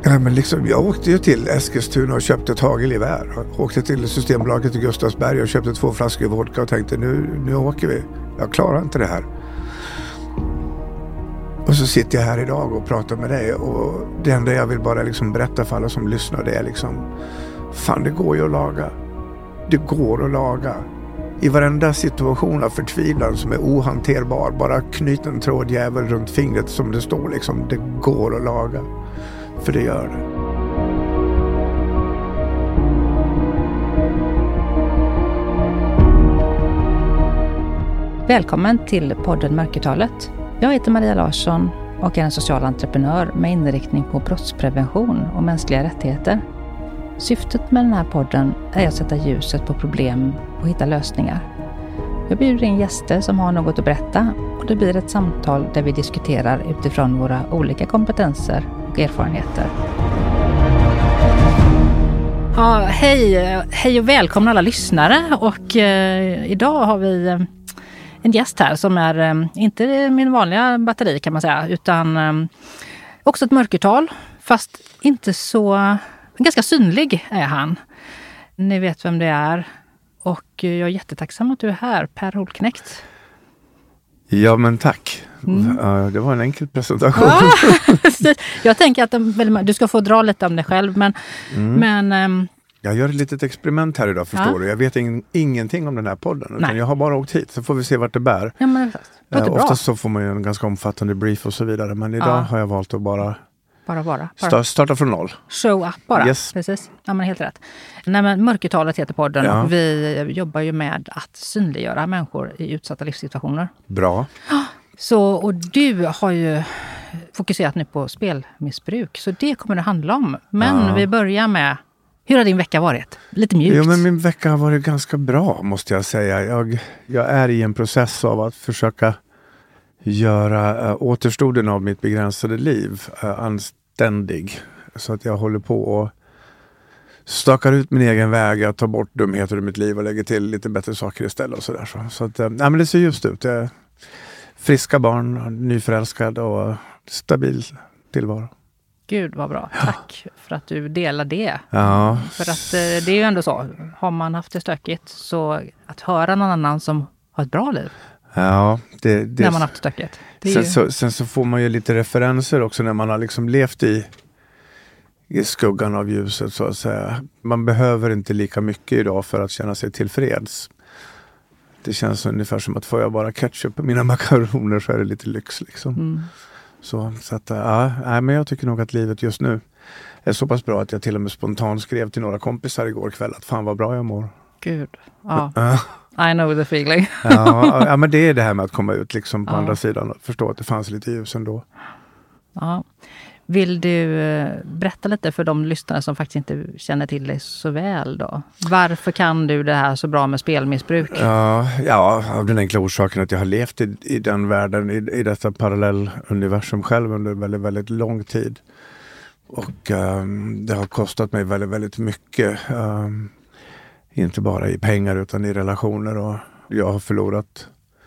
Ja, men liksom, jag åkte ju till Eskilstuna och köpte ett hagelgevär. Jag åkte till Systembolaget i Gustavsberg och köpte 2 flaskor vodka och tänkte nu åker vi. Jag klarar inte det här. Och så sitter jag här idag och pratar med dig och det enda jag vill bara liksom berätta för alla som lyssnar, det är liksom, fan, det går ju att laga. Det går att laga. I varenda situation av förtvivlan som är ohanterbar, bara knyt en trådjävel runt fingret som det står liksom, det går att laga. För det gör det. Välkommen till podden Mörkertalet. Jag heter Maria Larsson och är en social entreprenör med inriktning på brottsprevention och mänskliga rättigheter. Syftet med den här podden är att sätta ljuset på problem och hitta lösningar. Jag bjuder in gäster som har något att berätta och det blir ett samtal där vi diskuterar utifrån våra olika kompetenser och erfarenheter. Ja, hej och välkomna alla lyssnare och idag har vi en gäst här som är inte min vanliga batteri kan man säga utan också ett mörkertal fast inte så, ganska synlig är han. Ni vet vem det är och jag är jättetacksam att du är här, Per Holknekt. Ja, men tack. Det var en enkel presentation. Ja, jag tänker att du ska få dra lite om dig själv, men jag gör ett litet experiment här idag, förstår du. Jag vet ingenting om den här podden, utan jag har bara åkt hit, så får vi se vart det bär. Ja, men oftast så får man ju en ganska omfattande brief och så vidare, men idag har jag valt att bara starta från noll. Show up bara, yes. Precis. Ja, men helt rätt. Nej, men Mörkertalet heter podden och vi jobbar ju med att synliggöra människor i utsatta livssituationer. Bra. Så, och du har ju fokuserat nu på spelmissbruk, så det kommer det handla om. Men vi börjar med, hur har din vecka varit? Lite mjukt. Jo, men min vecka har varit ganska bra, måste jag säga. Jag är i en process av att försöka göra återstoden av mitt begränsade liv anständig. Så att jag håller på och stakar ut min egen väg, att ta bort dumheter i mitt liv och lägga till lite bättre saker istället och sådär. Så att, men det ser just ut. Friska barn, nyförälskad och stabil tillvaro. Gud vad bra. Tack för att du delar det. Ja. För att det är ju ändå så. Har man haft det stökigt, så att höra någon annan som har ett bra liv. Ja, det när man har haft stökigt. Sen så får man ju lite referenser också när man har liksom levt i skuggan av ljuset, så att säga. Man behöver inte lika mycket idag för att känna sig tillfreds. Det känns ungefär som att får jag bara ketchup på mina makaroner så är det lite lyx liksom. Så att men jag tycker nog att livet just nu är så pass bra att jag till och med spontant skrev till några kompisar igår kväll att fan vad bra jag mår. Gud, I know the feeling. ja, men det är det här med att komma ut liksom på andra sidan och förstå att det fanns lite ljus ändå. Ja. Vill du berätta lite för de lyssnare som faktiskt inte känner till dig så väl då? Varför kan du det här så bra med spelmissbruk? Ja, av den enkla orsaken att jag har levt i den världen, i detta parallelluniversum själv under väldigt, väldigt lång tid. Och det har kostat mig väldigt, väldigt mycket. Inte bara i pengar utan i relationer, och jag har förlorat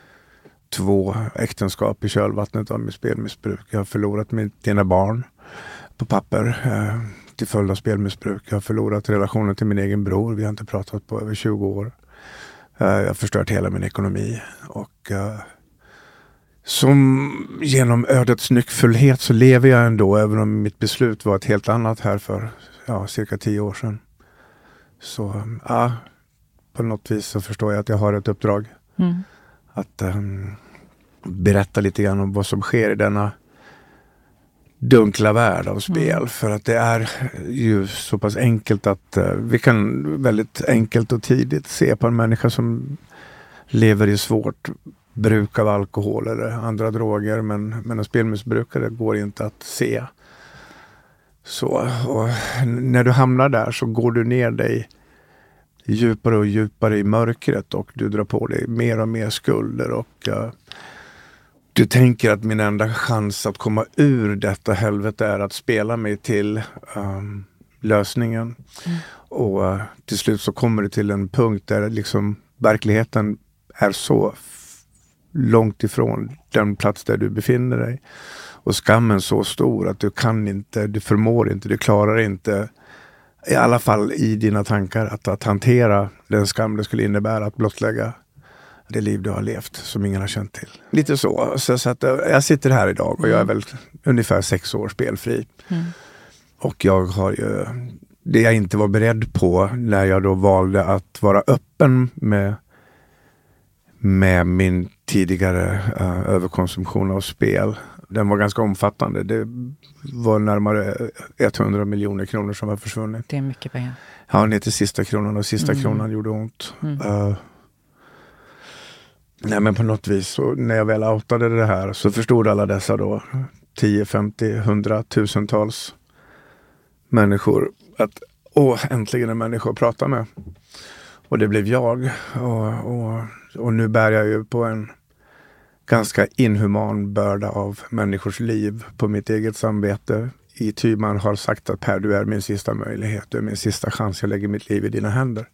2 äktenskap i kölvattnet av mitt spelmissbruk. Jag har förlorat mina barn på papper till följd av spelmissbruk. Jag har förlorat relationen till min egen bror. Vi har inte pratat på över 20 år. Jag har förstört hela min ekonomi. Och som genom ödets nyckfullhet så lever jag ändå, även om mitt beslut var ett helt annat här för cirka 10 år sedan. Så på något vis så förstår jag att jag har ett uppdrag. Att berätta lite grann om vad som sker i denna dunkla värld av spel. För att det är ju så pass enkelt att vi kan väldigt enkelt och tidigt se på en människa som lever i svårt bruk av alkohol eller andra droger. Men en spelmissbrukare går inte att se. Så, och när du hamnar där så går du ner dig djupare och djupare i mörkret och du drar på dig mer och mer skulder och du tänker att min enda chans att komma ur detta helvete är att spela mig till lösningen. Och till slut så kommer det till en punkt där liksom verkligheten är så långt ifrån den plats där du befinner dig. Och skammen så stor att du kan inte, du förmår inte, du klarar inte, i alla fall i dina tankar, att hantera den skam det skulle innebära att blottlägga det liv du har levt som ingen har känt till. Lite så att jag sitter här idag och jag är väl ungefär 6 år spelfri. Och jag har ju, det jag inte var beredd på när jag då valde att vara öppen med min tidigare överkonsumtion av spel. Den var ganska omfattande. Det var närmare 100 miljoner kronor som var försvunnit. Det är mycket pengar. Ja, ner till sista kronan, och sista kronan gjorde ont. Nej, men på något vis så när jag väl outade det här så förstod alla dessa då 10, 50, 100 tusentals människor att äntligen en människa att prata med. Och det blev jag. Och nu bär jag ju på en ganska inhuman börda av människors liv på mitt eget samvete. I ty man har sagt att Per, du är min sista möjlighet, du är min sista chans, jag lägger mitt liv i dina händer.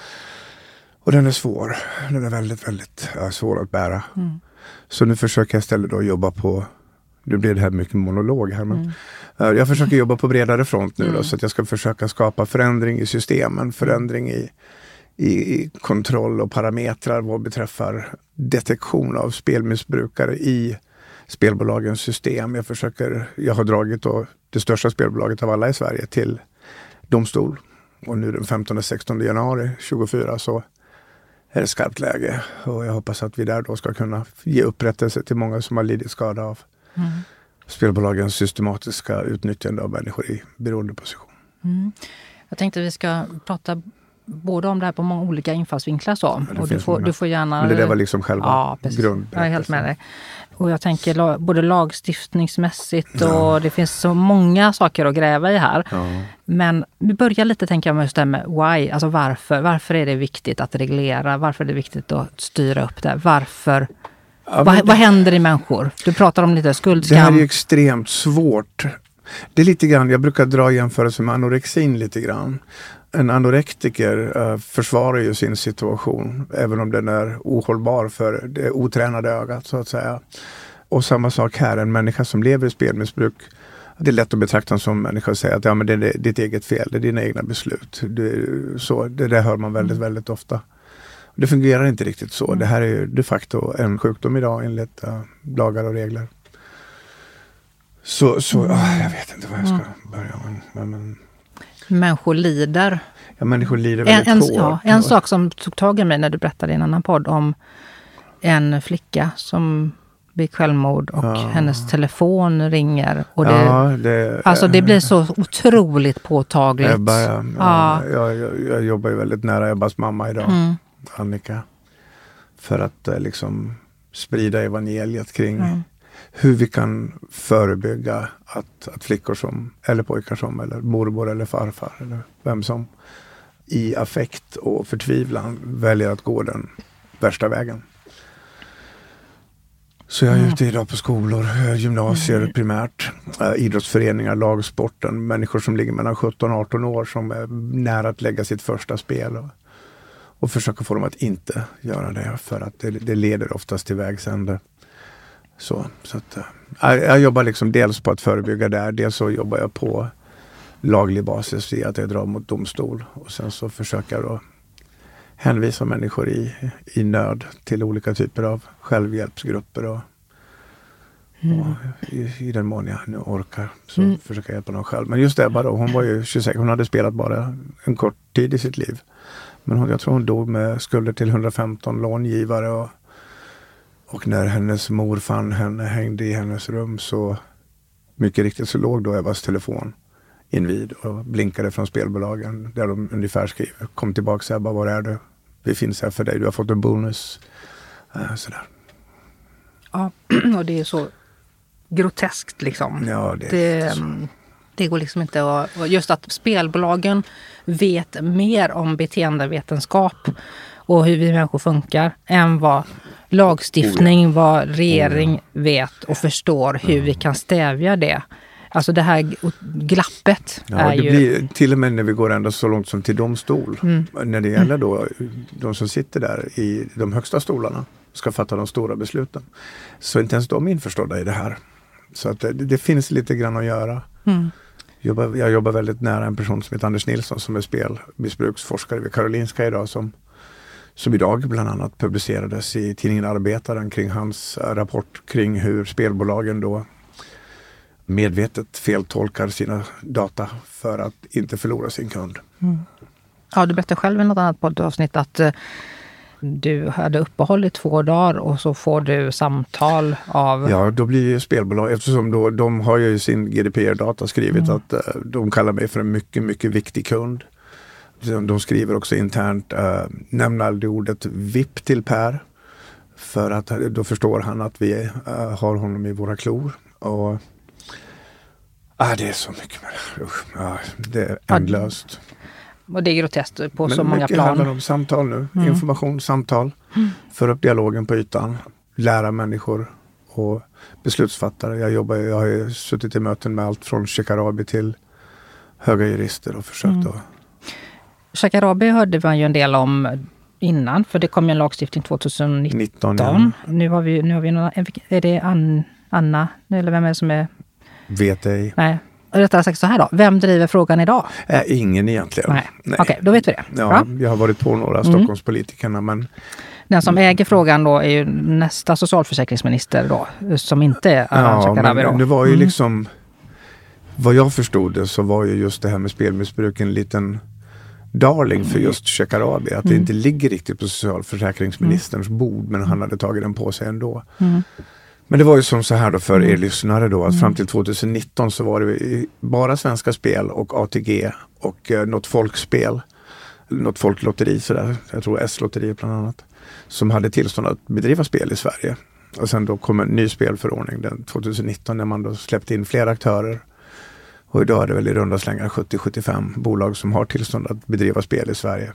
Och den är svår. Den är väldigt, väldigt svår att bära. Så nu försöker jag istället då jobba på, nu blir det här mycket monolog här, men jag försöker jobba på bredare front nu då, så att jag ska försöka skapa förändring i systemen, förändring i kontroll och parametrar vad beträffar detektion av spelmissbrukare i spelbolagens system. Jag har dragit då det största spelbolaget av alla i Sverige till domstol. Och nu den 15-16 januari 2024 så är det skarpt läge. Och jag hoppas att vi där då ska kunna ge upprättelse till många som har lidit skada av spelbolagens systematiska utnyttjande av människor i beroendeposition. Jag tänkte att vi ska prata både om det här på många olika infallsvinklar så. Ja, och du får gärna... Men det där var liksom själva grundberättelsen. Jag är helt med dig. Och jag tänker både lagstiftningsmässigt och det finns så många saker att gräva i här. Ja. Men vi börjar lite tänka med just det med why. Alltså varför är det viktigt att reglera? Varför är det viktigt att styra upp det? Varför... Ja, vad händer i människor? Du pratar om lite skuldskam. Det här är ju extremt svårt. Det är lite grann, jag brukar dra jämförelse med anorexin lite grann. En anorektiker försvarar ju sin situation, även om den är ohållbar för det otränade ögat så att säga. Och samma sak här, en människa som lever i spelmissbruk, det är lätt att betrakta som människa och säga att men det är ditt eget fel, det är dina egna beslut. Det där hör man väldigt, väldigt ofta. Det fungerar inte riktigt så. Det här är ju de facto en sjukdom idag enligt lagar och regler. Så jag vet inte vad jag ska börja med. Människor lider. Ja, människor lider väldigt hårt. Ja, en sak som tog tag i mig när du berättade i en annan podd om en flicka som begick självmord och hennes telefon ringer. Och det blir så otroligt påtagligt. Jag jobbar ju väldigt nära Ebbas mamma idag, Annika. För att liksom sprida evangeliet kring hur vi kan förebygga att flickor som, eller pojkar som, eller mormor eller farfar, eller vem som i affekt och förtvivlan väljer att gå den värsta vägen. Så jag är ute idag på skolor, gymnasier primärt, idrottsföreningar, lagsporten, människor som ligger mellan 17 och 18 år som är nära att lägga sitt första spel och försöka få dem att inte göra det, för att det leder oftast till vägs ände. Så att, jag jobbar liksom dels på att förebygga där, dels så jobbar jag på laglig basis i att jag drar mot domstol, och sen så försöker jag då hänvisa människor i nöd till olika typer av självhjälpsgrupper och i den mån jag nu orkar så försöker jag hjälpa dem själv. Men just det, bara hon var ju 26, hon hade spelat bara en kort tid i sitt liv. Men jag tror hon dog med skulder till 115 långivare och när hennes mor fann henne, hängde i hennes rum, så mycket riktigt så låg då Ebbas telefon invid och blinkade från spelbolagen där de ungefär skriver: kom tillbaka Ebba, var är du? Vi finns här för dig, du har fått en bonus. Sådär. Ja, och det är så groteskt liksom. Ja, det går liksom inte att... Just att spelbolagen vet mer om beteendevetenskap och hur vi människor funkar än vad lagstiftning, vad regering vet och förstår hur vi kan stävja det. Alltså det här glappet är det blir till och med när vi går ända så långt som till domstol. När det gäller då de som sitter där i de högsta stolarna ska fatta de stora besluten. Så inte ens de är införstådda i det här. Så att det finns lite grann att göra. Jag jobbar väldigt nära en person som heter Anders Nilsson som är spelmissbruksforskare vid Karolinska idag som idag bland annat publicerades i tidningen Arbetaren kring hans rapport kring hur spelbolagen då medvetet feltolkar sina data för att inte förlora sin kund. Ja, du berättade själv i något annat poddavsnitt att du hade uppehåll i 2 dagar och så får du samtal av... Ja, då blir ju spelbolag, eftersom då, de har ju sin GDPR-data skrivit att de kallar mig för en mycket, mycket viktig kund. De skriver också internt, nämna aldrig ordet VIP till Per. För att då förstår han att vi har honom i våra klor. Och det är så mycket med det. Det är ändlöst. Och det är groteskt på men så många plan. Men mycket handlar om samtal nu. Information, samtal. För upp dialogen på ytan. Lära människor och beslutsfattare. Jag har ju suttit i möten med allt från Shekarabi till höga jurister och försökt att... Shekarabi hörde man ju en del om innan, för det kom ju en lagstiftning 2019. Ja. Nu har vi några, är det Anna, eller vem är det som är... Vet ej. Nej. Rättare sagt så här då, vem driver frågan idag? Ingen egentligen. Nej. Okej, då vet vi det. Ja, jag har varit på några Stockholmspolitikerna, men... Den som äger frågan då är ju nästa socialförsäkringsminister då, som inte är Shekarabi då. Det var ju liksom... Vad jag förstod det så var ju just det här med spelmissbruk en liten darling för just Shekarabi. Att det inte ligger riktigt på socialförsäkringsministerns bord, men han hade tagit den på sig ändå. Men det var ju som så här då för er lyssnare då, att fram till 2019 så var det bara Svenska Spel och ATG och något folkspel, något folklotteri sådär, jag tror S-lotteriet bland annat, som hade tillstånd att bedriva spel i Sverige. Och sen då kom en ny spelförordning den 2019 när man då släppte in fler aktörer. Och idag är det väl i runda slängar 70-75 bolag som har tillstånd att bedriva spel i Sverige.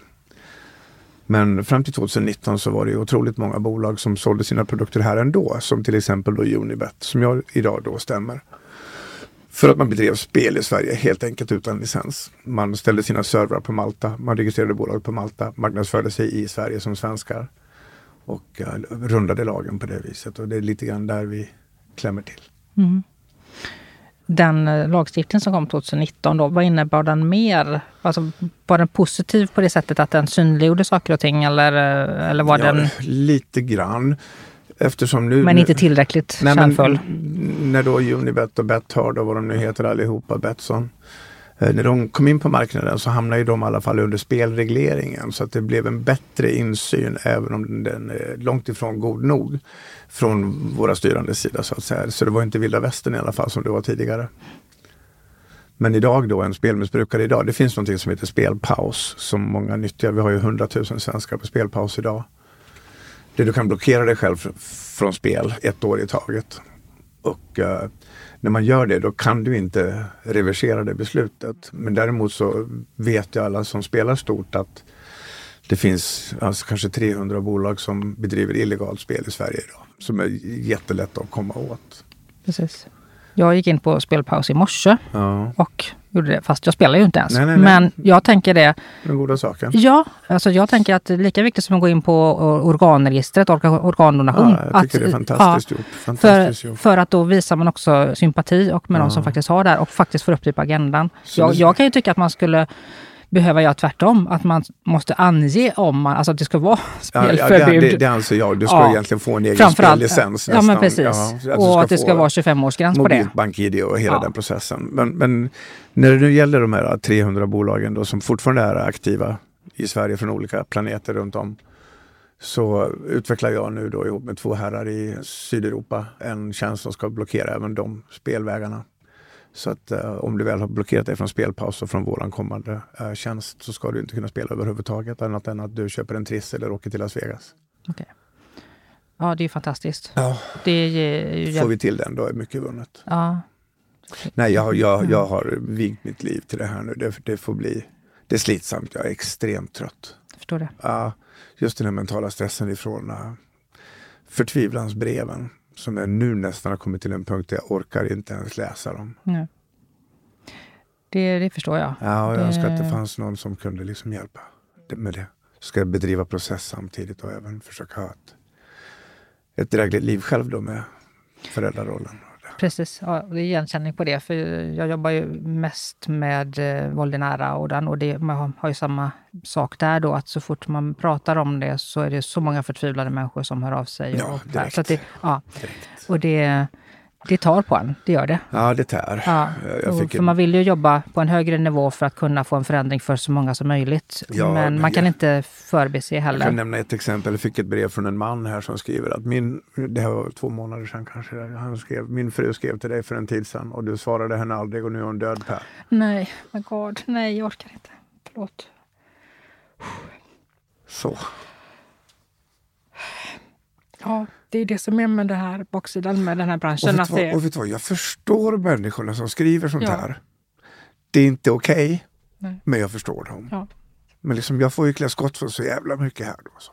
Men fram till 2019 så var det ju otroligt många bolag som sålde sina produkter här ändå. Som till exempel då Unibet, som jag idag då stämmer. För att man bedrev spel i Sverige helt enkelt utan licens. Man ställde sina servrar på Malta, man registrerade bolag på Malta, marknadsförde sig i Sverige som svenskar. Och rundade lagen på det viset. Och det är lite grann där vi klämmer till. Den lagstiftningen som kom 2019 då, vad innebar den mer? Alltså, var den positiv på det sättet att den synliggjorde saker och ting eller var den... Lite grann. Eftersom nu... Men inte tillräckligt kärnfull. När då Unibet och Bethard och vad de nu heter allihopa, Betsson. När de kom in på marknaden så hamnade ju de i alla fall under spelregleringen. Så att det blev en bättre insyn, även om den är långt ifrån god nog från våra styrande sida så att säga. Så det var inte vilda västern i alla fall som det var tidigare. Men idag då, en spelmissbrukare idag, det finns någonting som heter spelpaus som många nyttjar. Vi har ju 100 000 svenskar på spelpaus idag. Du kan blockera dig själv från spel 1 år i taget. Och när man gör det, då kan du inte reversera det beslutet. Men däremot så vet ju alla som spelar stort att det finns alltså kanske 300 bolag som bedriver illegalt spel i Sverige idag. Som är jättelätt att komma åt. Precis. Jag gick in på spelpaus i morse och gjorde det, fast jag spelar ju inte ens. Nej. Men jag tänker det... Den goda saken. Ja, alltså jag tänker att det är lika viktigt som att gå in på organregistret, organdonation. Ja, jag tycker det är fantastiskt gjort. Fantastiskt gjort. För att då visar man också sympati och med de som faktiskt har där och faktiskt får upp det på agendan. Jag kan ju tycka att man skulle behöva göra tvärtom. Att man måste ange om man, alltså att det ska vara spelförbud. Det anser jag. Du ska egentligen få en egen spellicens. Ja, men precis. Och att det ska vara 25-årsgräns på det. Mobilbank-ID och hela den processen. Men när det nu gäller de här 300 bolagen då, som fortfarande är aktiva i Sverige från olika planeter runt om, så utvecklar jag nu då ihop med 2 herrar i Sydeuropa en tjänst som ska blockera även de spelvägarna. Så att om du väl har blockerat dig från spelpaus och från våran kommande tjänst så ska du inte kunna spela överhuvudtaget annat än att du köper en triss eller åker till Las Vegas. Okej. Ja, det är fantastiskt. Ja. Får vi till den, då är mycket vunnet. Ja. Nej, jag har vigt mitt liv till det här nu. Det får bli... Det är slitsamt. Jag är extremt trött. Jag förstår det. Ja, just den här mentala stressen ifrån förtvivlansbreven. Som jag nu nästan har kommit till en punkt där jag orkar inte ens läsa dem. Nej. Det förstår jag. Ja, jag önskar att det fanns någon som kunde liksom hjälpa med det. Så ska jag bedriva process samtidigt och även försöka ha ett drägligt liv själv då med föräldrarollen. Precis, ja, det är igenkänning på det. För jag jobbar ju mest med våld i nära och man har ju samma sak där då. Att så fort man pratar om det så är det så många förtvivlade människor som hör av sig. Ja, direkt. Så att och det tar på en, det gör det. Ja, det tär. Ja, för man vill ju jobba på en högre nivå för att kunna få en förändring för så många som möjligt. Ja, men man kan inte förbise heller. Jag kan nämna ett exempel. Jag fick ett brev från en man här som skriver att det här var 2 månader sedan kanske. Han skrev, min fru skrev till dig för en tid sedan och du svarade henne aldrig och nu är hon död, Per. Nej, my God. Nej, jag orkar inte. Förlåt. Så. Ja, det är det som är med den här baksidan med den här branschen. Och vet du vad, jag förstår människorna som skriver sånt här. Det är inte okej, men jag förstår dem. Ja. Men liksom, jag får ju klä skott för så jävla mycket här då. Så.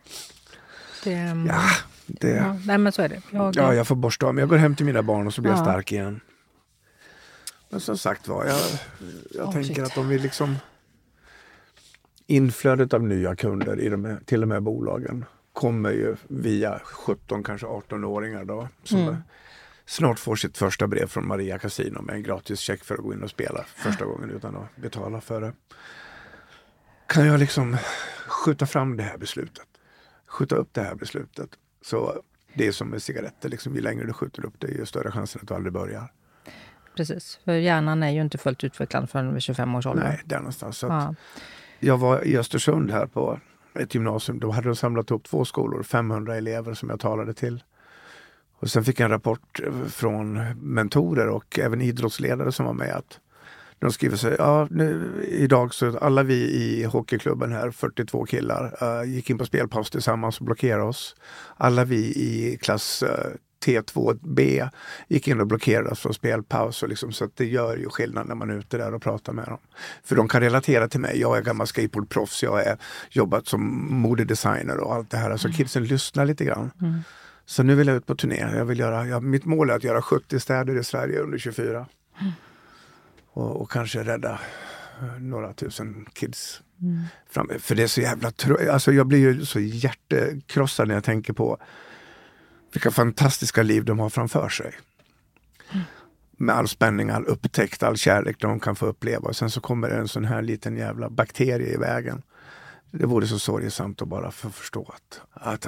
Nej, men så är det. Jag får borsta av mig. Jag går hem till mina barn och så blir jag stark igen. Men som sagt var, jag tänker att om vi liksom inflödet av nya kunder till de här bolagen kommer ju via 17, kanske 18-åringar då, som snart får sitt första brev från Maria Casino med en gratis check för att gå in och spela första gången utan att betala för det. Kan jag liksom skjuta fram det här beslutet? Skjuta upp det här beslutet? Så det är som med cigaretter, liksom, ju längre du skjuter upp det, ju större chansen att du aldrig börjar. Precis, för hjärnan är ju inte fullt utvecklad förrän vid 25 års ålder. Nej, där någonstans. Så att jag var i Östersund här på ett gymnasium. Då hade de samlat ihop 2 skolor, 500 elever som jag talade till. Och sen fick jag en rapport från mentorer och även idrottsledare som var med att de skriver sig, idag så alla vi i hockeyklubben här, 42 killar, gick in på spelpaus tillsammans och blockerade oss. Alla vi i klass T2B gick in och blockerade oss från spelpaus och liksom, så att det gör ju skillnad när man är ute där och pratar med dem. För de kan relatera till mig. Jag är gammal skateboardproffs, jag har jobbat som modedesigner och allt det här. Alltså kidsen lyssnar lite grann. Så nu vill jag ut på turné. Mitt mål är att göra 70 städer i Sverige under 24. Och kanske rädda några tusen kids. För det är så jävla alltså jag blir ju så hjärtekrossad när jag tänker på vilka fantastiska liv de har framför sig. Med all spänning, all upptäckt, all kärlek de kan få uppleva. Och sen så kommer det en sån här liten jävla bakterie i vägen. Det vore så sorgesamt att bara få förstå att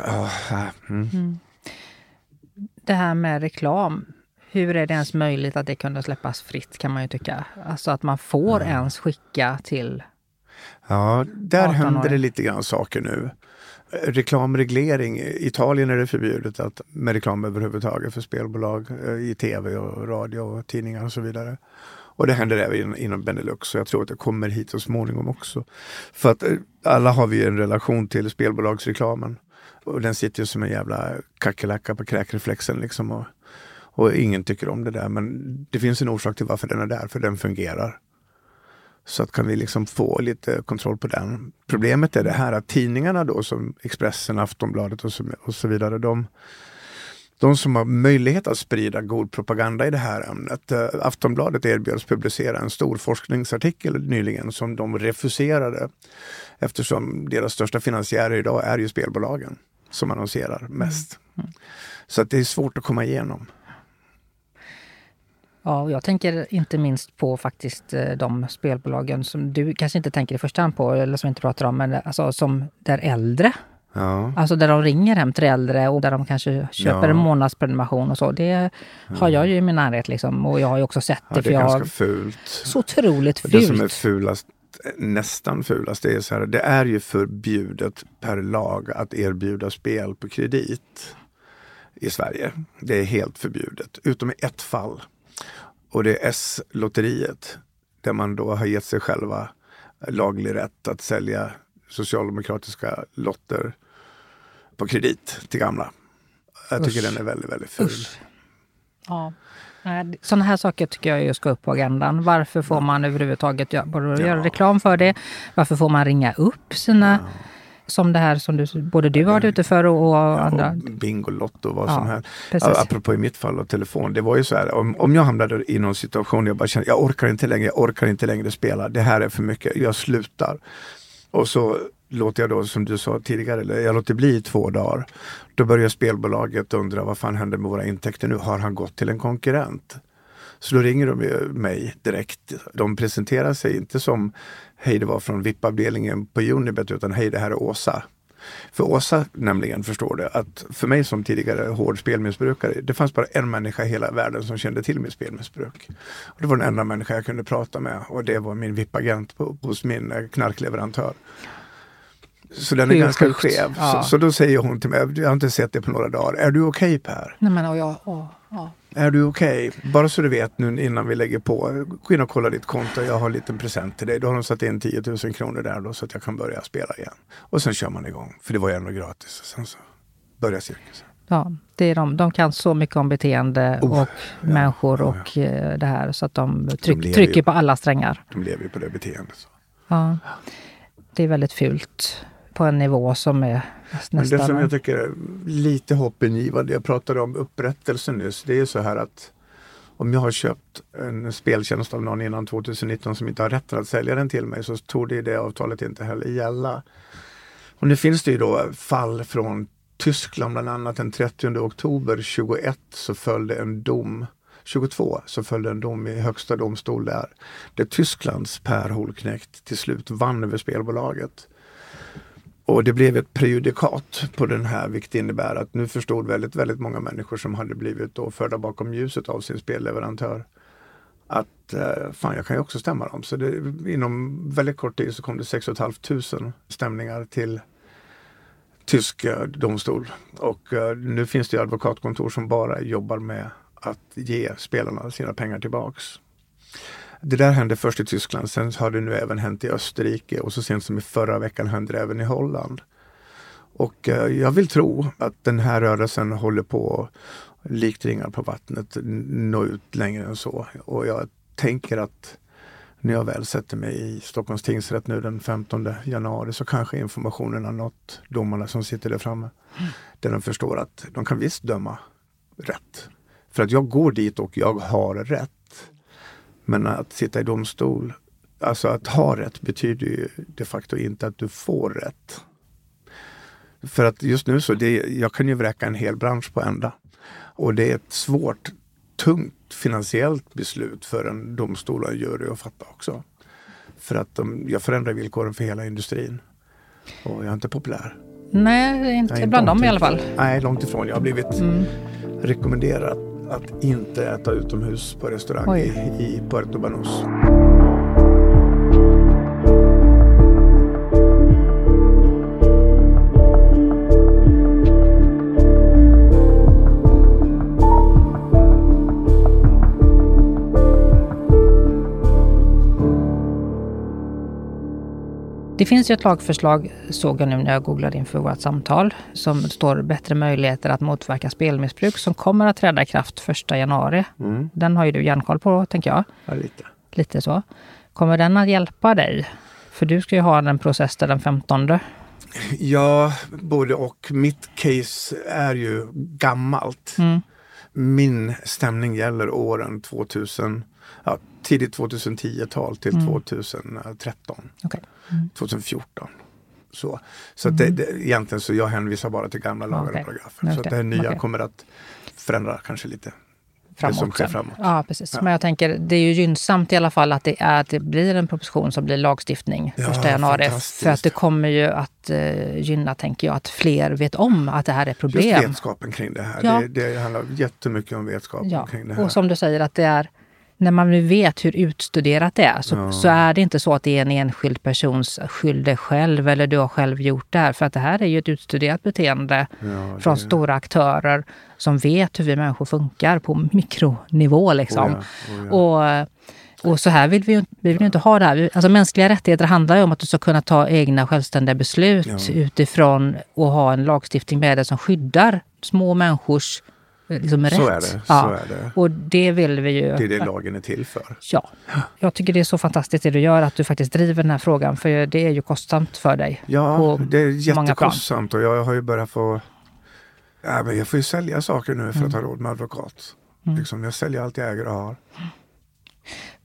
Det här med reklam, hur är det ens möjligt att det kunde släppas fritt, kan man ju tycka. Alltså att man får ens skicka till. Ja, där händer det lite grann saker nu. Reklamreglering. I Italien är det förbjudet med reklam överhuvudtaget för spelbolag i tv och radio och tidningar och så vidare. Och det händer även inom Benelux, så jag tror att det kommer hit så småningom också. För att alla har vi en relation till spelbolagsreklamen. Och den sitter ju som en jävla kackerlacka på kräkreflexen liksom. Och ingen tycker om det där. Men det finns en orsak till varför den är där, för den fungerar. Så att kan vi liksom få lite kontroll på den. Problemet är det här att tidningarna då som Expressen, Aftonbladet och så vidare, de som har möjlighet att sprida god propaganda i det här ämnet. Aftonbladet erbjöds publicera en stor forskningsartikel nyligen som de refuserade eftersom deras största finansiärer idag är ju spelbolagen som annonserar mest. Så att det är svårt att komma igenom. Ja, jag tänker inte minst på faktiskt de spelbolagen som du kanske inte tänker i första hand på, eller som inte pratar om, men alltså som där äldre. Ja. Alltså där de ringer hem till äldre och där de kanske köper en månadsprenumeration och så. Det har jag ju i min närhet liksom, och jag har ju också sett det. Ja, det är ganska fult. Så otroligt fult. Det som är fulast, nästan fulast, det är så här, det är ju förbjudet per lag att erbjuda spel på kredit i Sverige. Det är helt förbjudet, utom i ett fall. Och det är S-lotteriet, där man då har gett sig själva laglig rätt att sälja socialdemokratiska lotter på kredit till gamla. Jag tycker den är väldigt, väldigt ful. Ja. Sådana här saker tycker jag ju ska upp på agendan. Varför får man överhuvudtaget göra reklam för det? Varför får man ringa upp sina... Som det här som både du har varit ute för och andra. Och Bingolotto och vad som helst. Apropå i mitt fall och telefon. Det var ju så här, om jag hamnade i någon situation jag bara kände, jag orkar inte längre spela. Det här är för mycket, jag slutar. Och så låter jag då, som du sa tidigare, eller jag låter bli 2 dagar. Då börjar spelbolaget undra, vad fan händer med våra intäkter nu? Har han gått till en konkurrent? Så då ringer de mig direkt. De presenterar sig inte som hej, det var från VIP-avdelningen på Unibet, utan hej, det här är Åsa. För Åsa nämligen förstår det att för mig som tidigare hård spelmissbrukare, det fanns bara en människa i hela världen som kände till mitt spelmissbruk. Och det var den enda människa jag kunde prata med, och det var min VIP-agent hos min knarkleverantör. Så den är ganska skev. Ja. Så då säger hon till mig, jag har inte sett det på några dagar. Är du okej, Per? Nej, men Är du okej? Bara så du vet nu innan vi lägger på, gå in och kolla ditt konto, jag har en liten present till dig. Då har de satt in 10 000 kronor där då, så att jag kan börja spela igen. Och sen kör man igång, för det var ju ändå gratis. Och sen så börjar cirkusen. Ja, det är de kan så mycket om beteende och människor och det här, så att de trycker på alla strängar. De lever ju på det beteendet. Så. Ja, det är väldigt fult på en nivå som är nästan... Men det som jag tycker är lite hoppingivande, jag pratade om upprättelsen nyss, det är så här att om jag har köpt en speltjänst av någon innan 2019 som inte har rätten att sälja den till mig, så tog det avtalet inte heller gälla. Och nu finns det ju då fall från Tyskland, bland annat den 30 oktober 21 så följde en dom, 22 så följde en dom i högsta domstol där Tysklands Per Holknekt till slut vann över spelbolaget. Och det blev ett prejudikat på den här, vilket innebär att nu förstod väldigt, väldigt många människor som hade blivit då förda bakom ljuset av sin spelleverantör att fan, jag kan ju också stämma dem. Så inom väldigt kort tid så kom det 6 500 stämningar till tysk domstol. Och nu finns det advokatkontor som bara jobbar med att ge spelarna sina pengar tillbaks. Det där hände först i Tyskland, sen har det nu även hänt i Österrike, och så sent som i förra veckan hände det även i Holland. Och jag vill tro att den här rörelsen håller på likt ringar på vattnet nå ut längre än så. Och jag tänker att när jag väl sätter mig i Stockholms tingsrätt nu den 15 januari så kanske informationen har nått domarna som sitter där framme. Där de förstår att de kan visst döma rätt. För att jag går dit och jag har rätt. Men att sitta i domstol, alltså att ha rätt betyder ju de facto inte att du får rätt. För att just nu så, jag kan ju vräka en hel bransch på ända. Och det är ett svårt, tungt finansiellt beslut för en domstol och en jury att fatta också. För att jag förändrar villkoren för hela industrin. Och jag är inte populär. Nej, inte bland dem i alla fall. Nej, långt ifrån. Jag har blivit rekommenderad att inte äta utomhus på restaurang i Puerto Banús. Det finns ju ett lagförslag, såg jag nu när jag googlade inför vårt samtal, som står bättre möjligheter att motverka spelmissbruk, som kommer att träda i kraft 1 januari. Den har ju du järnkoll på, tänker jag. Ja, lite. Lite så. Kommer den att hjälpa dig? För du ska ju ha en process där den 15. Ja, både och. Mitt case är ju gammalt. Min stämning gäller åren 2000, tidigt 2010-tal till 2013. Okay. 2014. Så att egentligen så jag hänvisar bara till gamla lagar och paragrafer. Så att det nya kommer att förändra kanske lite framåt, det som sker framåt. Ja, precis. Ja. Men jag tänker, det är ju gynnsamt i alla fall att det blir en proposition som blir lagstiftning 1 januari. För att det kommer ju att gynna, tänker jag, att fler vet om att det här är problem. Just vetskapen kring det här. Ja. Det handlar jättemycket om vetskapen kring det här. Och som du säger, att det är, när man nu vet hur utstuderat det är, så är det inte så att det är en enskild persons skyldig själv eller du har själv gjort det här. För att det här är ju ett utstuderat beteende från stora aktörer som vet hur vi människor funkar på mikronivå liksom. Och så här vill vi vill inte ha det här. Alltså mänskliga rättigheter handlar ju om att du ska kunna ta egna självständiga beslut utifrån och ha en lagstiftning med det som skyddar små människors liksom rätt. Så är det. Och det vill vi ju... Det är det lagen är till för. Ja. Jag tycker det är så fantastiskt det du gör, att du faktiskt driver den här frågan. För det är ju kostsamt för dig. Ja, det är jättekostsamt. Och jag har ju börjat få... Ja, men jag får ju sälja saker nu för att ha råd med advokat. Liksom, jag säljer allt jag äger och har.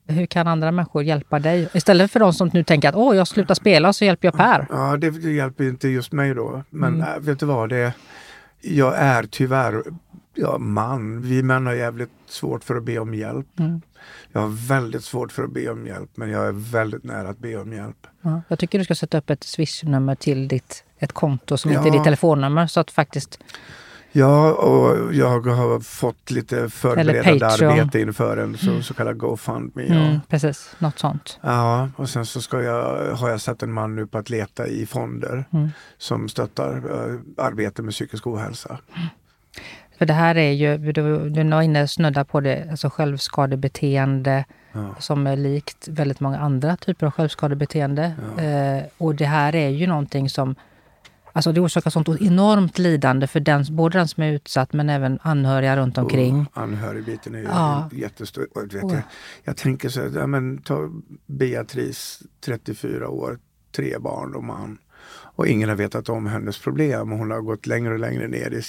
Hur kan andra människor hjälpa dig? Istället för de som nu tänker att jag slutar spela så hjälper jag Per. Ja, det hjälper inte just mig då. Men vet du vad, jag är tyvärr man. Vi män har jävligt svårt för att be om hjälp. Jag har väldigt svårt för att be om hjälp, men jag är väldigt nära att be om hjälp. Ja, jag tycker du ska sätta upp ett Swish-nummer till ett konto som inte är ditt telefonnummer, så att faktiskt... Ja, och jag har fått lite förberedande arbete inför en så kallad GoFundMe. Precis, något sånt. Ja, och sen så har jag satt en man nu på att leta i fonder som stöttar arbete med psykisk ohälsa. För det här är ju, du var inne snudda på det, alltså självskadebeteende som är likt väldigt många andra typer av självskadebeteende. Och det här är ju någonting som, alltså det orsakar sånt enormt lidande för både den som är utsatt men även anhöriga runt omkring. Anhörigbiten är ju jättestor. Jag tänker så här, ta Beatrice, 34 år, 3 barn och man. Och ingen har vetat om hennes problem och hon har gått längre och längre ner i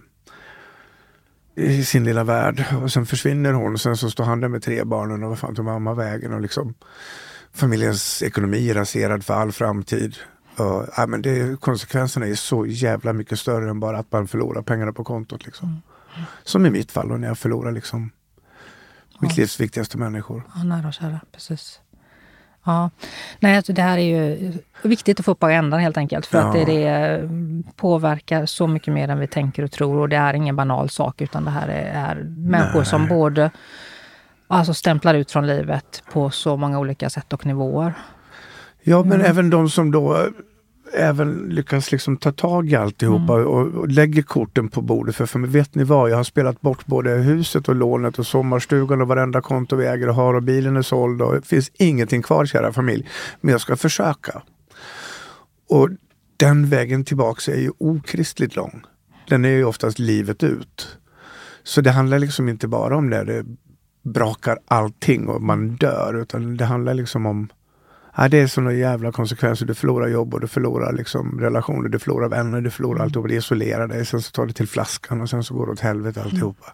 sin lilla värld. Och sen försvinner hon och sen så står han där med 3 barnen och vad fan tog mamma vägen och liksom familjens ekonomi är raserad för all framtid. Men konsekvenserna är så jävla mycket större än bara att man förlorar pengarna på kontot liksom. Som i mitt fall, och när jag förlorar liksom mitt livs viktigaste människor. Ja, nära och kära, precis. Ja, nej, alltså det här är ju viktigt att få upp agendan helt enkelt, för att det påverkar så mycket mer än vi tänker och tror, och det är ingen banal sak, utan det här är människor som både stämplar ut från livet på så många olika sätt och nivåer. Ja, men även de som då lyckas liksom ta tag i alltihopa och lägger korten på bordet. För vet ni vad, jag har spelat bort både huset och lånet och sommarstugan och varenda konto vi äger och har, och bilen är såld och det finns ingenting kvar, kära familj. Men jag ska försöka. Och den vägen tillbaka är ju okristligt lång. Den är ju oftast livet ut. Så det handlar liksom inte bara om det brakar allting och man dör, utan det handlar liksom om det är såna jävla konsekvenser. Du förlorar jobb och du förlorar liksom relationer, du förlorar vänner, du förlorar alltihopa. Det isolerar dig, sen så tar det till flaskan och sen så går det åt helvete alltihopa.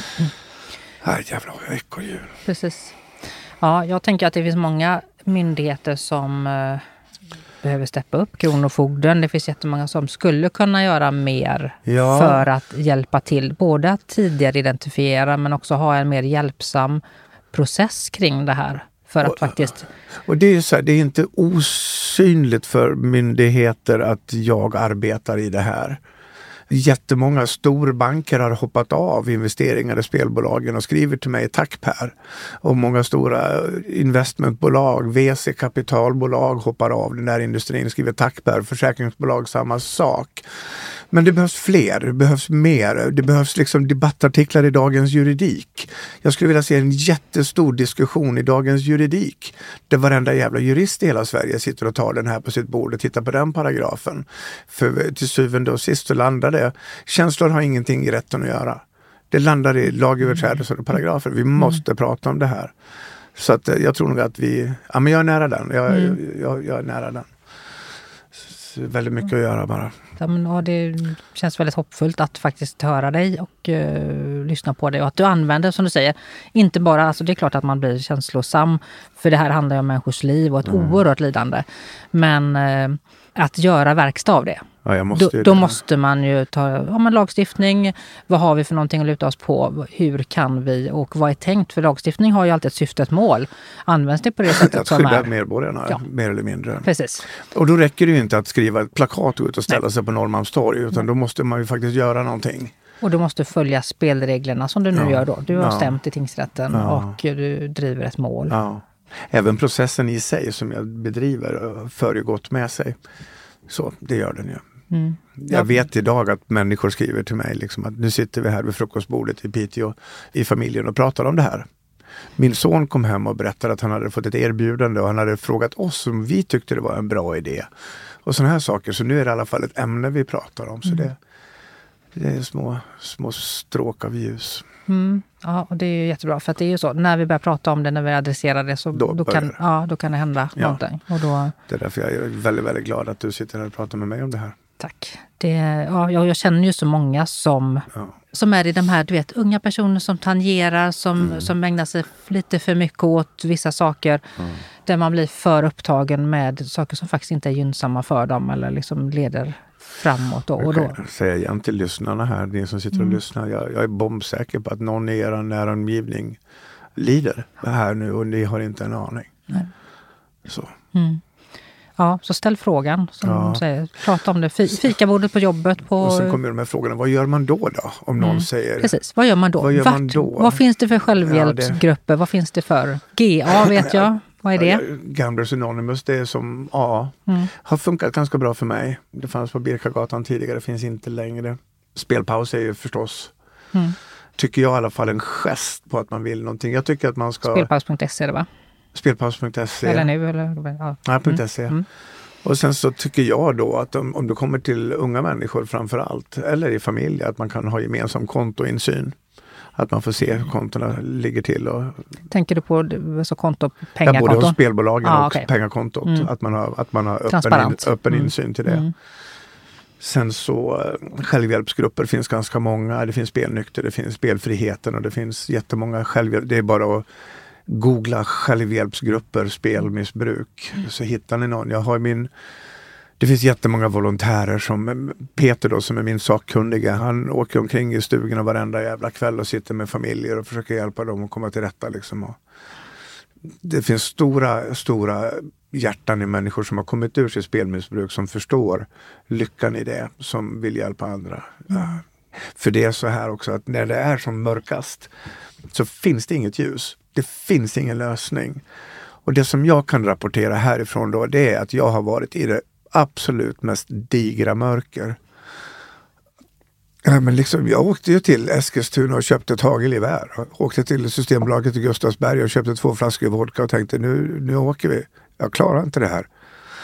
Jävlar, jag ekorrhjul. Precis. Ja, jag tänker att det finns många myndigheter som behöver steppa upp. Kronofogden, det finns jättemånga som skulle kunna göra mer för att hjälpa till. Både att tidigare identifiera men också ha en mer hjälpsam process kring det här. För att faktiskt... Och det är ju så här, det är inte osynligt för myndigheter att jag arbetar i det här. Jättemånga storbanker har hoppat av investeringar i spelbolagen och skriver till mig, tack Per. Och många stora investmentbolag, VC kapitalbolag hoppar av den där industrin och skriver tack Per. Försäkringsbolag, samma sak. Men det behövs fler, det behövs mer. Det behövs liksom debattartiklar i Dagens Juridik. Jag skulle vilja se en jättestor diskussion i Dagens Juridik. Där varenda jävla jurist i hela Sverige sitter och tar den här på sitt bord och tittar på den paragrafen. För till syvende och sist så landar det. Känslor har ingenting i rätten att göra. Det landar i lagöverträdelser och paragrafer. Vi måste prata om det här. Så att jag tror nog att jag är nära den. Jag är nära den. Väldigt mycket att göra bara. Ja, men, det känns väldigt hoppfullt att faktiskt höra dig och lyssna på dig. Och att du använder, som du säger, inte bara, alltså det är klart att man blir känslosam, för det här handlar ju om människors liv och ett oerhört lidande. Men att göra verkstad av det. Ja, då måste man ju ta lagstiftning. Vad har vi för någonting att luta oss på? Hur kan vi? Och vad är tänkt? För lagstiftning har ju alltid ett syfte, ett mål. Används det på det sättet att skydda medborgarna, mer eller mindre. Precis. Och då räcker det ju inte att skriva ett plakat ut och ställa sig på Norrmalmstorg, utan då måste man ju faktiskt göra någonting. Och du måste följa spelreglerna som du nu gör då. Du har stämt i tingsrätten och du driver ett mål. Ja. Även processen i sig som jag bedriver föregått med sig. Så, det gör den ju. Jag vet idag att människor skriver till mig liksom att nu sitter vi här vid frukostbordet i Piteå i familjen och pratar om det här. Min son kom hem och berättade att han hade fått ett erbjudande och han hade frågat oss om vi tyckte det var en bra idé. Och sådana här saker. Så nu är det i alla fall ett ämne vi pratar om. Så det är små stråk av ljus. Ja, och det är ju jättebra, för att det är ju så, när vi börjar prata om det, när vi adresserar det, så då kan det hända någonting. Och då... Det är därför jag är väldigt, väldigt glad att du sitter här och pratar med mig om det här. Tack. Jag känner ju så många som som är i de här, du vet, unga personer som tangerar, som ägnar sig lite för mycket åt vissa saker. Där man blir för upptagen med saker som faktiskt inte är gynnsamma för dem eller liksom leder framåt. Och då. Jag säger igen till lyssnarna här, ni som sitter och lyssnar. Jag är bombsäker på att någon i er nära omgivning lider här nu och ni har inte en aning. Nej. Så. Ja, så ställ frågan. Som säger, prata om det. Fikabordet på jobbet. Och sen kommer de här frågorna, vad gör man då? Om någon säger... Precis, vad gör man då? Vad finns det för självhjälpsgrupper? Vad finns det för? GA vet jag. Vad är det? Gamblers Anonymous, det är som har funkat ganska bra för mig. Det fanns på Birkagatan tidigare, finns inte längre. Spelpaus är ju förstås, tycker jag i alla fall, en gest på att man vill någonting. Jag tycker att man ska... Spelpaus.se är det va? Spelpaus.se. Eller nu, eller? Ja. .se. Och sen så tycker jag då att om du kommer till unga människor framför allt, eller i familj, att man kan ha gemensam kontoinsyn. Att man får se hur kontona ligger till. Och, tänker du på så konto, pengakonto? Ja, både hos spelbolagen och pengakontot. Att man har öppen insyn till det. Sen så självhjälpsgrupper finns ganska många. Det finns Spelnykter, det finns Spelfriheten och det finns jättemånga självhjälp. Det är bara att googla självhjälpsgrupper, spelmissbruk. Så hittar ni någon. Det finns jättemånga volontärer som Peter då, som är min sakkunniga. Han åker omkring i stugorna varenda jävla kväll och sitter med familjer och försöker hjälpa dem att komma till rätta liksom. Och det finns stora hjärtan i människor som har kommit ur sitt spelmissbruk, som förstår lyckan i det, som vill hjälpa andra. För det är så här också att när det är som mörkast så finns det inget ljus. Det finns ingen lösning. Och det som jag kan rapportera härifrån då, det är att jag har varit i det absolut mest digra mörker. Ja, men liksom, jag åkte ju till Eskilstuna och köpte ett hagelgevär. Åkte till Systembolaget i Gustavsberg och köpte 2 flaskor vodka och tänkte nu åker vi. Jag klarar inte det här.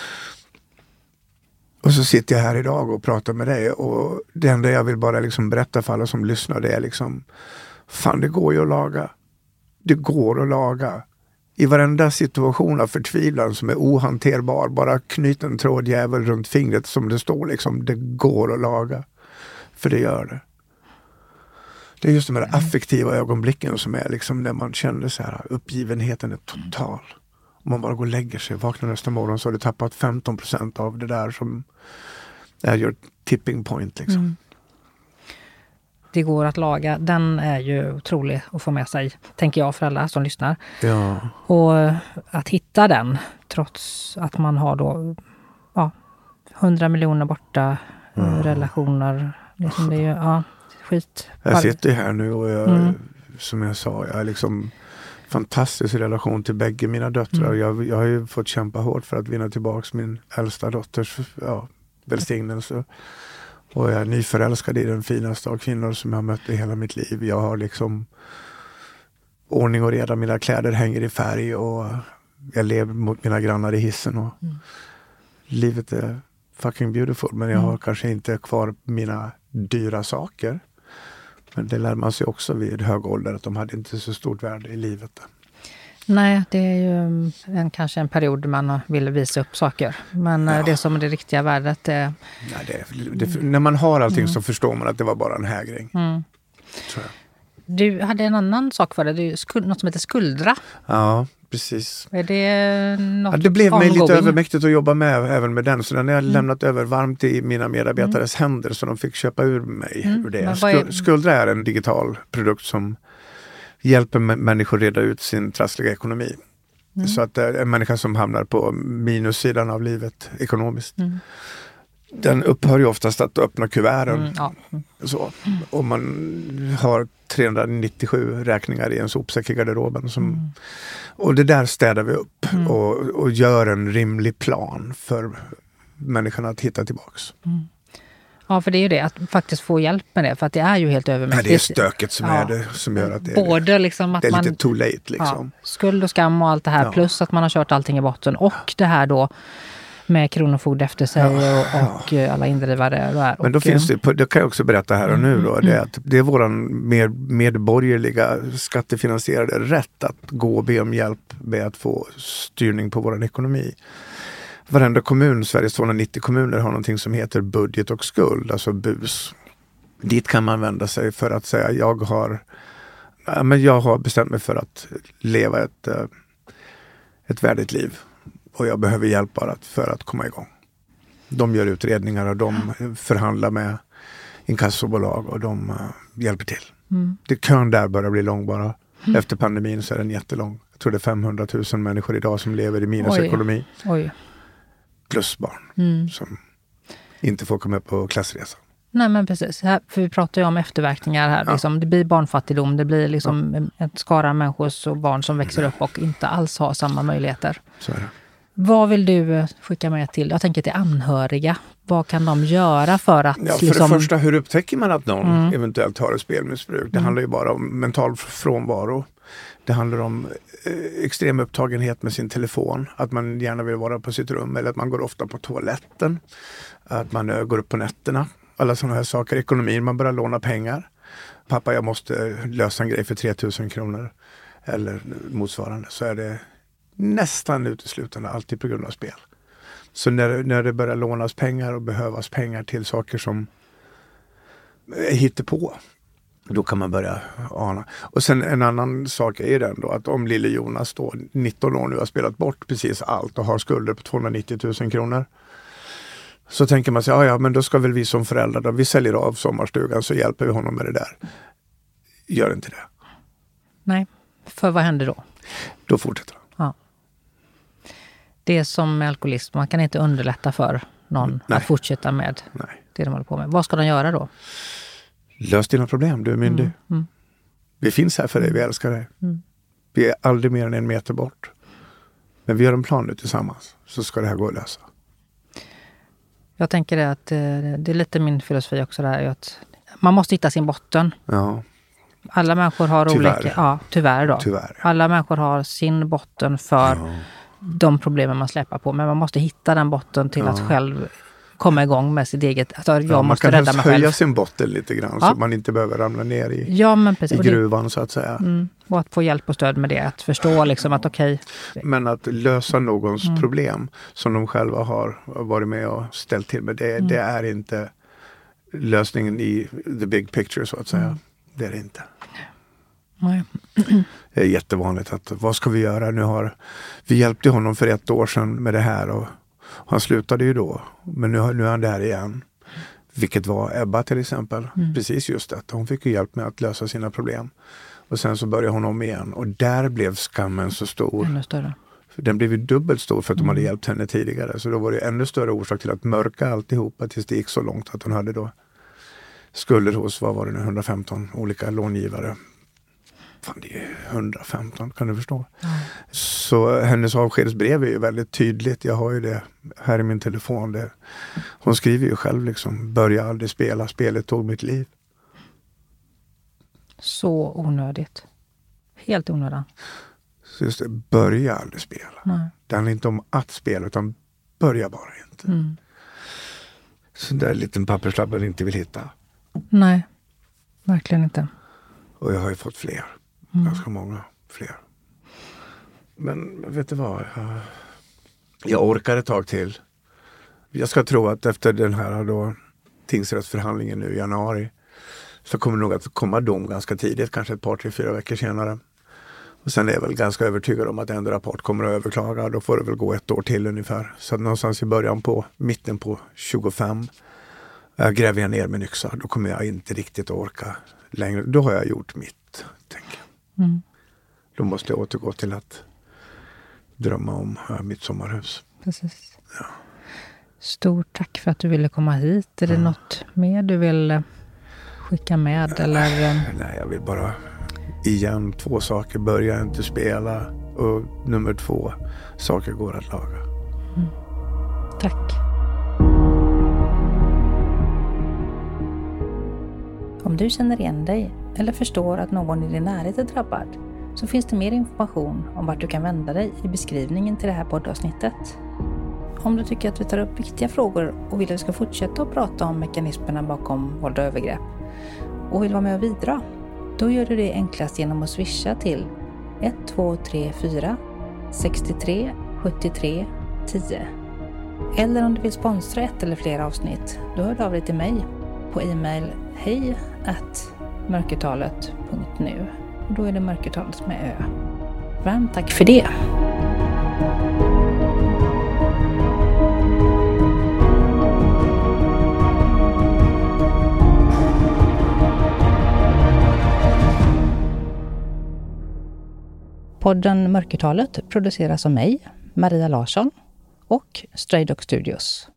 Och så sitter jag här idag och pratar med dig, och det enda jag vill bara liksom berätta för alla som lyssnar, det är liksom, fan, det går ju att laga. Det går att laga. I varenda situation av förtvivlan som är ohanterbar, bara knyt en trådjävel runt fingret som det står liksom, det går att laga. För det gör det. Det är just de här affektiva ögonblicken som är liksom när man känner så här, uppgivenheten är total. Om man bara går och lägger sig, vaknar nästa morgon, så har du tappat 15% av det där som är your tipping point liksom. Det går att laga. Den är ju otrolig att få med sig, tänker jag, för alla som lyssnar. Ja. Och att hitta den, trots att man har då 100 miljoner borta relationer. Liksom det är ju, skit. Jag sitter här nu och jag, som jag sa, jag är liksom fantastisk relation till bägge mina döttrar. Jag har ju fått kämpa hårt för att vinna tillbaks min äldsta dotters välsignelse. Och jag är nyförälskad i den finaste av kvinnor som jag har mött i hela mitt liv. Jag har liksom ordning och reda, mina kläder hänger i färg och jag lever mot mina grannar i hissen. Och livet är fucking beautiful, men jag har kanske inte kvar mina dyra saker. Men det lär man sig också vid hög ålder, att de hade inte så stort värde i livet. Nej, det är ju kanske en period man vill visa upp saker. Men det som är det riktiga värdet är... Nej, när man har allting så förstår man att det var bara en hägring. Tror jag. Du hade en annan sak för det, något som heter skuldra. Ja, precis. Är det något det blev mig lite övermäktigt att jobba med även med den. Så den har jag lämnat över varmt i mina medarbetares händer, så de fick köpa ur mig ur det. Skuldra är en digital produkt som hjälper människor reda ut sin trassliga ekonomi. Så att en människa som hamnar på minussidan av livet ekonomiskt. Den upphör ju oftast att öppna kuverten. Så. Och man har 397 räkningar i en sopsäck i garderoben. Och det där städar vi upp och gör en rimlig plan för människan att hitta tillbaks. Ja, för det är ju det, att faktiskt få hjälp med det, för att det är ju helt övermäktigt. Det är stöket som är det som gör att det är, både liksom att det är lite too late liksom. Skuld och skam och allt det här, plus att man har kört allting i botten, och det här då med kronofogd efter sig och alla indrivare. Men då finns det kan jag också berätta här och nu då, det är att det är våran medborgerliga skattefinansierade rätt att gå och be om hjälp med att få styrning på våran ekonomi. Varenda kommun, Sveriges 290 kommuner, har någonting som heter budget och skuld, alltså BUS. dit kan man vända sig för att säga jag har bestämt mig för att leva ett värdigt liv. Och jag behöver hjälp bara för att komma igång. De gör utredningar och de förhandlar med inkassobolag och de hjälper till. Kön där börjar bli lång bara. Efter pandemin så är den jättelång. Jag tror det är 500 000 människor idag som lever i minusekonomi. Oj. Plus barn som inte får komma upp på klassresa. Nej, men precis. För vi pratar ju om efterverkningar här. Ja. Liksom, det blir barnfattigdom. Det blir liksom ett skara människor och barn som växer upp och inte alls har samma möjligheter. Så är det. Vad vill du skicka med till? Jag tänker till anhöriga. Vad kan de göra för att... Ja, för det första, hur upptäcker man att någon eventuellt har ett spelmissbruk? Det handlar ju bara om mental frånvaro. Det handlar om extrem upptagenhet med sin telefon. Att man gärna vill vara på sitt rum eller att man går ofta på toaletten. Att man går upp på nätterna. Alla sådana här saker. Ekonomin, man börjar låna pengar. Pappa, jag måste lösa en grej för 3 000 kronor. Eller motsvarande. Så är det nästan uteslutande alltid på grund av spel. Så när det börjar lånas pengar och behövas pengar till saker som hittar på, då kan man börja ana. Och sen en annan sak är den då att om lille Jonas då 19 år nu har spelat bort precis allt och har skulder på 290 000 kronor, så tänker man sig, ja men då ska väl vi som föräldrar då, vi säljer av sommarstugan så hjälper vi honom med det där. Gör inte det. Nej, för vad händer då? Då fortsätter han. Ja. Det är som med alkoholism, man kan inte underlätta för någon att fortsätta med det de håller på med. Vad ska de göra då? Lös dina problem, du är myndig. Vi finns här för dig, vi älskar dig. Vi är aldrig mer än 1 meter bort. Men vi gör en plan nu tillsammans, så ska det här gå att lösa. Jag tänker att det är lite min filosofi också där, att man måste hitta sin botten. Ja. Alla människor har olika... Ja, tyvärr då. Tyvärr. Alla människor har sin botten för de problemen man släpar på. Men man måste hitta den botten till att själv komma igång med sitt eget... Alltså, jag måste rädda mig själv. Man kan höja sin botten lite grann så man inte behöver ramla ner i gruvan så att säga. Och att få hjälp och stöd med det. Att förstå liksom att okej. Men att lösa någons problem som de själva har varit med och ställt till med. Det är inte lösningen i the big picture så att säga. Det är det inte. Nej. Det är jättevanligt att vad ska vi göra? Vi hjälpte honom för 1 år sedan med det här och han slutade ju då. Men nu är han där igen. Vilket var Ebba till exempel. Precis just det. Hon fick ju hjälp med att lösa sina problem. Och sen så började hon om igen. Och där blev skammen så stor. Ännu större. Den blev ju dubbelt stor för att de hade hjälpt henne tidigare. Så då var det ännu större orsak till att mörka alltihopa tills det gick så långt att hon hade då skulder hos, vad var det nu, 115 olika långivare. Fan, det är 115, kan du förstå? Så hennes avskedsbrev är ju väldigt tydligt. Jag har ju det här i min telefon. Hon skriver ju själv liksom, börja aldrig spela, spelet tog mitt liv. Så onödigt. Helt onödigt. Så just det, börja aldrig spela. Nej. Det handlar inte om att spela, utan börja bara inte. Så där liten papperslapp man inte vill hitta. Nej, verkligen inte. Och jag har ju fått fler. Ganska många fler. Men vet du vad? Jag orkar ett tag till. Jag ska tro att efter den här då tingsrättsförhandlingen nu i januari så kommer nog att komma dom ganska tidigt. Kanske ett par, 3-4 veckor senare. Och sen är jag väl ganska övertygad om att en rapport kommer att överklaga. Då får det väl gå 1 år till ungefär. Så att någonstans i mitten på 25 gräver jag ner min yxa. Då kommer jag inte riktigt att orka längre. Då har jag gjort mitt, tänker jag. Då måste jag återgå till att drömma om mitt sommarhus. Precis. Ja. Stort tack för att du ville komma hit. Är det något mer du vill skicka med? Eller? Nej, jag vill bara igen 2 saker. Börja inte spela. Och nummer 2, saker går att laga. Tack. Om du känner igen dig eller förstår att någon i din närhet är drabbad, så finns det mer information om vart du kan vända dig i beskrivningen till det här poddavsnittet. Om du tycker att vi tar upp viktiga frågor och vill att vi ska fortsätta att prata om mekanismerna bakom våld och övergrepp och vill vara med och bidra, då gör du det enklast genom att swisha till 1234 63 73 10. Eller om du vill sponsra ett eller flera avsnitt, då hör du av dig till mig på e-mail hej@mörkertalet.nu. Och då är det mörkertalet med ö. Varmt tack för det! Podden Mörkertalet produceras av mig, Maria Larsson och Stray Dog Studios.